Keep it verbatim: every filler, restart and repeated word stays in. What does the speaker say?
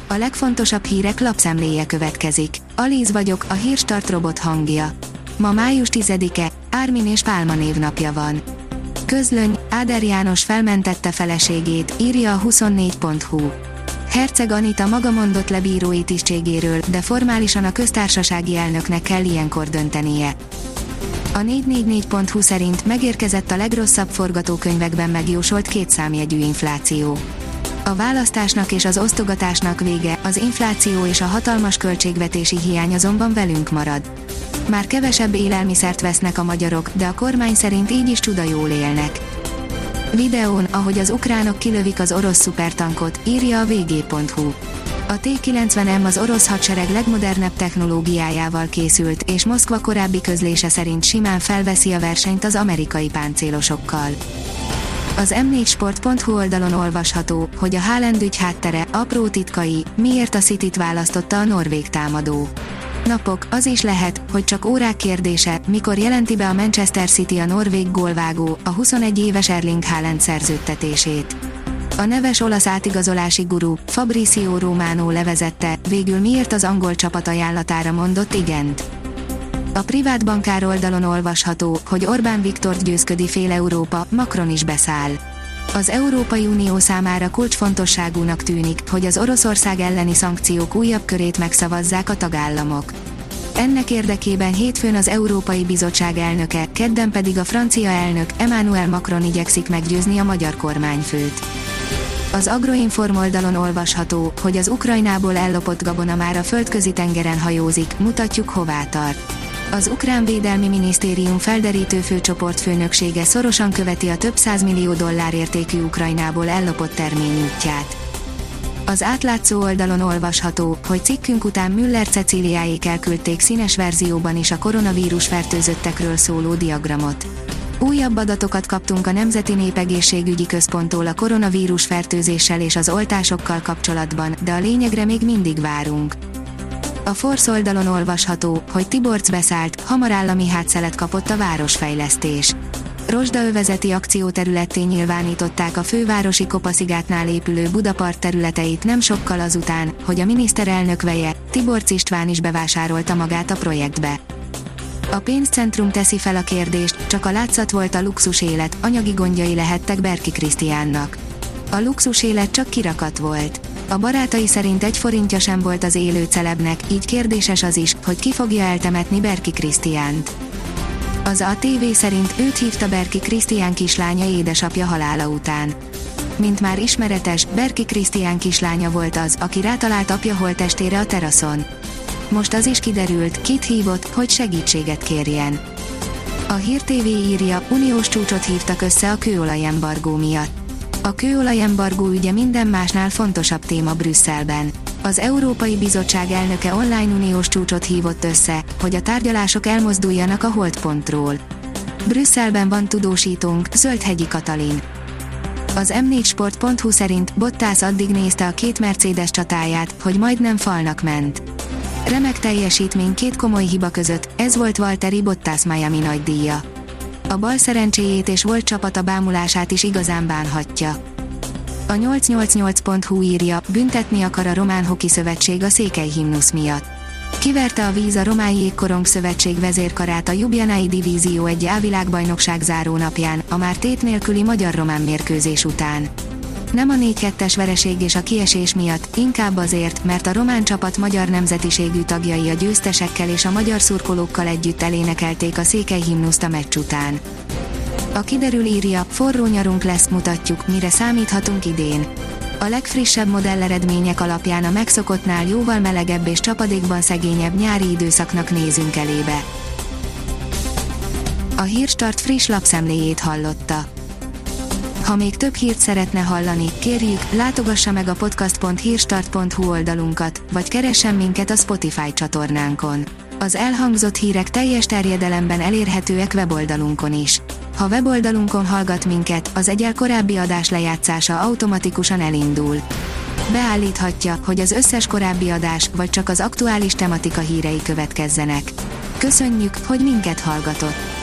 A legfontosabb hírek lapszemléje következik. Alíz vagyok, a Hírstart robot hangja. Ma május tizedike, Ármin és Pálma névnapja van. Közlöny, Áder János felmentette feleségét, írja a huszonnégy pont hu. Herceg Anita maga mondott le bírói tisztségéről, de formálisan a köztársasági elnöknek kell ilyenkor döntenie. A négy négy négy pont hu szerint megérkezett a legrosszabb forgatókönyvekben megjósolt kétszámjegyű infláció. A választásnak és az osztogatásnak vége, az infláció és a hatalmas költségvetési hiány azonban velünk marad. Már kevesebb élelmiszert vesznek a magyarok, de a kormány szerint így is csuda jól élnek. Videón, ahogy az ukránok kilövik az orosz szupertankot, írja a vé gé pont hu. A té kilencven em az orosz hadsereg legmodernebb technológiájával készült, és Moszkva korábbi közlése szerint simán felveszi a versenyt az amerikai páncélosokkal. Az em négy sport pont hu oldalon olvasható, hogy a Haaland ügy háttere, apró titkai, miért a Cityt választotta a norvég támadó. Napok, az is lehet, hogy csak órák kérdése, mikor jelenti be a Manchester City a norvég gólvágó, a huszonegy éves Erling Haaland szerződtetését. A neves olasz átigazolási guru, Fabrizio Romano levezette, végül miért az angol csapat ajánlatára mondott igent. A privát bankár oldalon olvasható, hogy Orbán Viktort győzködi fél Európa, Macron is beszáll. Az Európai Unió számára kulcsfontosságúnak tűnik, hogy az Oroszország elleni szankciók újabb körét megszavazzák a tagállamok. Ennek érdekében hétfőn az Európai Bizottság elnöke, kedden pedig a francia elnök, Emmanuel Macron igyekszik meggyőzni a magyar kormányfőt. Az Agroinform oldalon olvasható, hogy az Ukrajnából ellopott gabona már a földközi tengeren hajózik, mutatjuk hová tart. Az ukrán védelmi minisztérium felderítő főcsoport főnöksége szorosan követi a több százmillió dollár értékű Ukrajnából ellopott termény útját. Az átlátszó oldalon olvasható, hogy cikkünk után Müller Cecíliáék elküldték színes verzióban is a koronavírus fertőzöttekről szóló diagramot. Újabb adatokat kaptunk a Nemzeti Népegészségügyi Központtól a koronavírus fertőzéssel és az oltásokkal kapcsolatban, de a lényegre még mindig várunk. A Force oldalon olvasható, hogy Tiborcs beszállt, hamar állami hátszelet kapott a városfejlesztés. Rozsdaövezeti akcióterületté nyilvánították a fővárosi Kopaszigátnál épülő Budapart területeit nem sokkal azután, hogy a miniszterelnök veje, Tiborcs István is bevásárolta magát a projektbe. A pénzcentrum teszi fel a kérdést, csak a látszat volt a luxus élet, anyagi gondjai lehettek Berki Krisztiánnak. A luxus élet csak kirakat volt. A barátai szerint egy forintja sem volt az élő celebnek, így kérdéses az is, hogy ki fogja eltemetni Berki Krisztiánt. Az á té vé szerint őt hívta Berki Krisztián kislánya édesapja halála után. Mint már ismeretes, Berki Krisztián kislánya volt az, aki rátalált apja holttestére a teraszon. Most az is kiderült, kit hívott, hogy segítséget kérjen. A Hír té vé írja, uniós csúcsot hívtak össze a kőolajembargó miatt. A kőolajembargó ügye minden másnál fontosabb téma Brüsszelben. Az Európai Bizottság elnöke online uniós csúcsot hívott össze, hogy a tárgyalások elmozduljanak a holdpontról. Brüsszelben van tudósítónk, Zöldhegyi Katalin. Az em négy sport pont hu szerint Bottas addig nézte a két Mercedes csatáját, hogy majdnem falnak ment. Remek teljesítmény két komoly hiba között, ez volt Valtteri Bottas Miami nagydíja. A bal szerencséjét és volt csapata bámulását is igazán bánhatja. A nyolcszáznyolcvannyolc pont hu írja, büntetni akar a Román Hoki Szövetség a székely himnusz miatt. Kiverte a víz a Román Jégkorong Szövetség vezérkarát a Ljubljanai Divízió egy A világbajnokság zárónapján, a már tét nélküli magyar-román mérkőzés után. Nem a négy kettes vereség és a kiesés miatt, inkább azért, mert a román csapat magyar nemzetiségű tagjai a győztesekkel és a magyar szurkolókkal együtt elénekelték a székely himnuszt a meccs után. A Kiderül írja, forró nyarunk lesz, mutatjuk, mire számíthatunk idén. A legfrissebb modelleredmények alapján a megszokottnál jóval melegebb és csapadékban szegényebb nyári időszaknak nézünk elébe. A Hírstart friss lapszemléjét hallotta. Ha még több hírt szeretne hallani, kérjük, látogassa meg a podcast pont hírstart pont hu oldalunkat, vagy keressen minket a Spotify csatornánkon. Az elhangzott hírek teljes terjedelemben elérhetőek weboldalunkon is. Ha weboldalunkon hallgat minket, az egyel korábbi adás lejátszása automatikusan elindul. Beállíthatja, hogy az összes korábbi adás, vagy csak az aktuális tematika hírei következzenek. Köszönjük, hogy minket hallgatott!